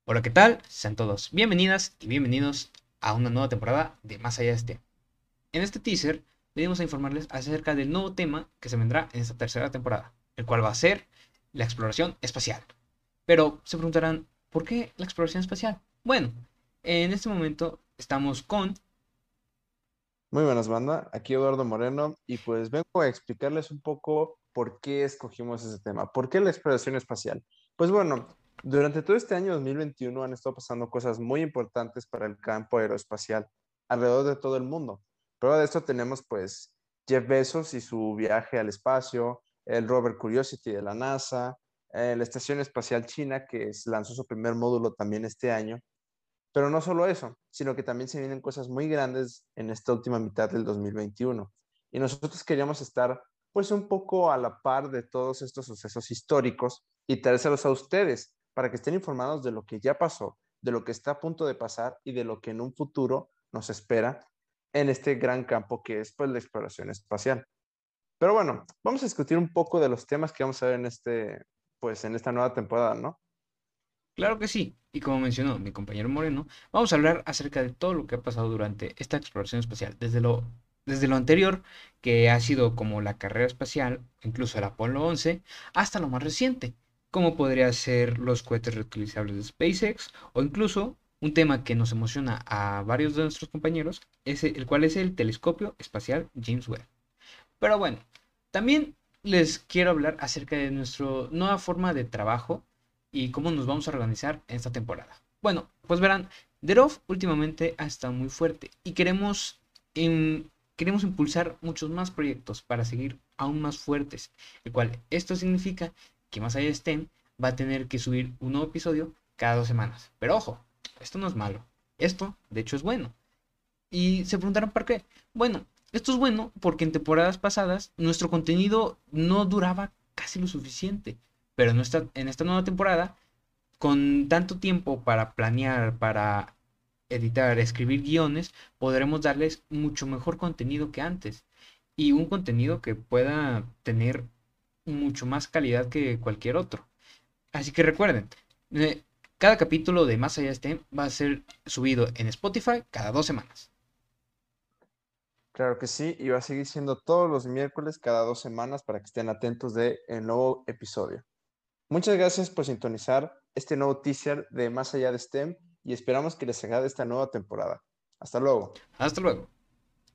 Hola, ¿qué tal? Sean todos bienvenidas y bienvenidos a una nueva temporada de Más allá de este. En este teaser venimos a informarles acerca del nuevo tema que se vendrá en esta tercera temporada, el cual va a ser la exploración espacial. Pero se preguntarán, ¿por qué la exploración espacial? Bueno, en este momento estamos con... Muy buenas, banda. Aquí Eduardo Moreno y pues vengo a explicarles un poco por qué escogimos ese tema. ¿Por qué la exploración espacial? Pues bueno, durante todo este año 2021 han estado pasando cosas muy importantes para el campo aeroespacial alrededor de todo el mundo. Prueba de esto tenemos pues Jeff Bezos y su viaje al espacio, el rover Curiosity de la NASA, la Estación Espacial China que lanzó su primer módulo también este año. Pero no solo eso, sino que también se vienen cosas muy grandes en esta última mitad del 2021. Y nosotros queríamos estar pues un poco a la par de todos estos sucesos históricos y traérselos a ustedes para que estén informados de lo que ya pasó, de lo que está a punto de pasar y de lo que en un futuro nos espera en este gran campo que es pues la exploración espacial. Pero bueno, vamos a discutir un poco de los temas que vamos a ver en pues en esta nueva temporada, ¿no? Claro que sí, y como mencionó mi compañero Moreno, vamos a hablar acerca de todo lo que ha pasado durante esta exploración espacial, desde lo anterior, que ha sido como la carrera espacial, incluso el Apolo 11, hasta lo más reciente, como podría ser los cohetes reutilizables de SpaceX, o incluso un tema que nos emociona a varios de nuestros compañeros, el cual es el telescopio espacial James Webb. Pero bueno, también les quiero hablar acerca de nuestra nueva forma de trabajo y cómo nos vamos a organizar en esta temporada. Bueno, pues verán, The Rove últimamente ha estado muy fuerte y queremos impulsar muchos más proyectos para seguir aún más fuertes, el cual esto significa que Más allá de STEM va a tener que subir un nuevo episodio cada 2 semanas. Pero ojo, esto no es malo, esto de hecho es bueno. Y se preguntaron por qué. Bueno, esto es bueno porque en temporadas pasadas nuestro contenido no duraba casi lo suficiente. Pero en esta nueva temporada, con tanto tiempo para planear, para editar, escribir guiones, podremos darles mucho mejor contenido que antes. Y un contenido que pueda tener mucho más calidad que cualquier otro. Así que recuerden, eh, cada capítulo de Más allá de STEM va a ser subido en Spotify cada 2 semanas. Claro que sí, y va a seguir siendo todos los miércoles cada 2 semanas para que estén atentos del nuevo episodio. Muchas gracias por sintonizar este nuevo teaser de Más allá de STEM y esperamos que les agrade esta nueva temporada. Hasta luego. Hasta luego.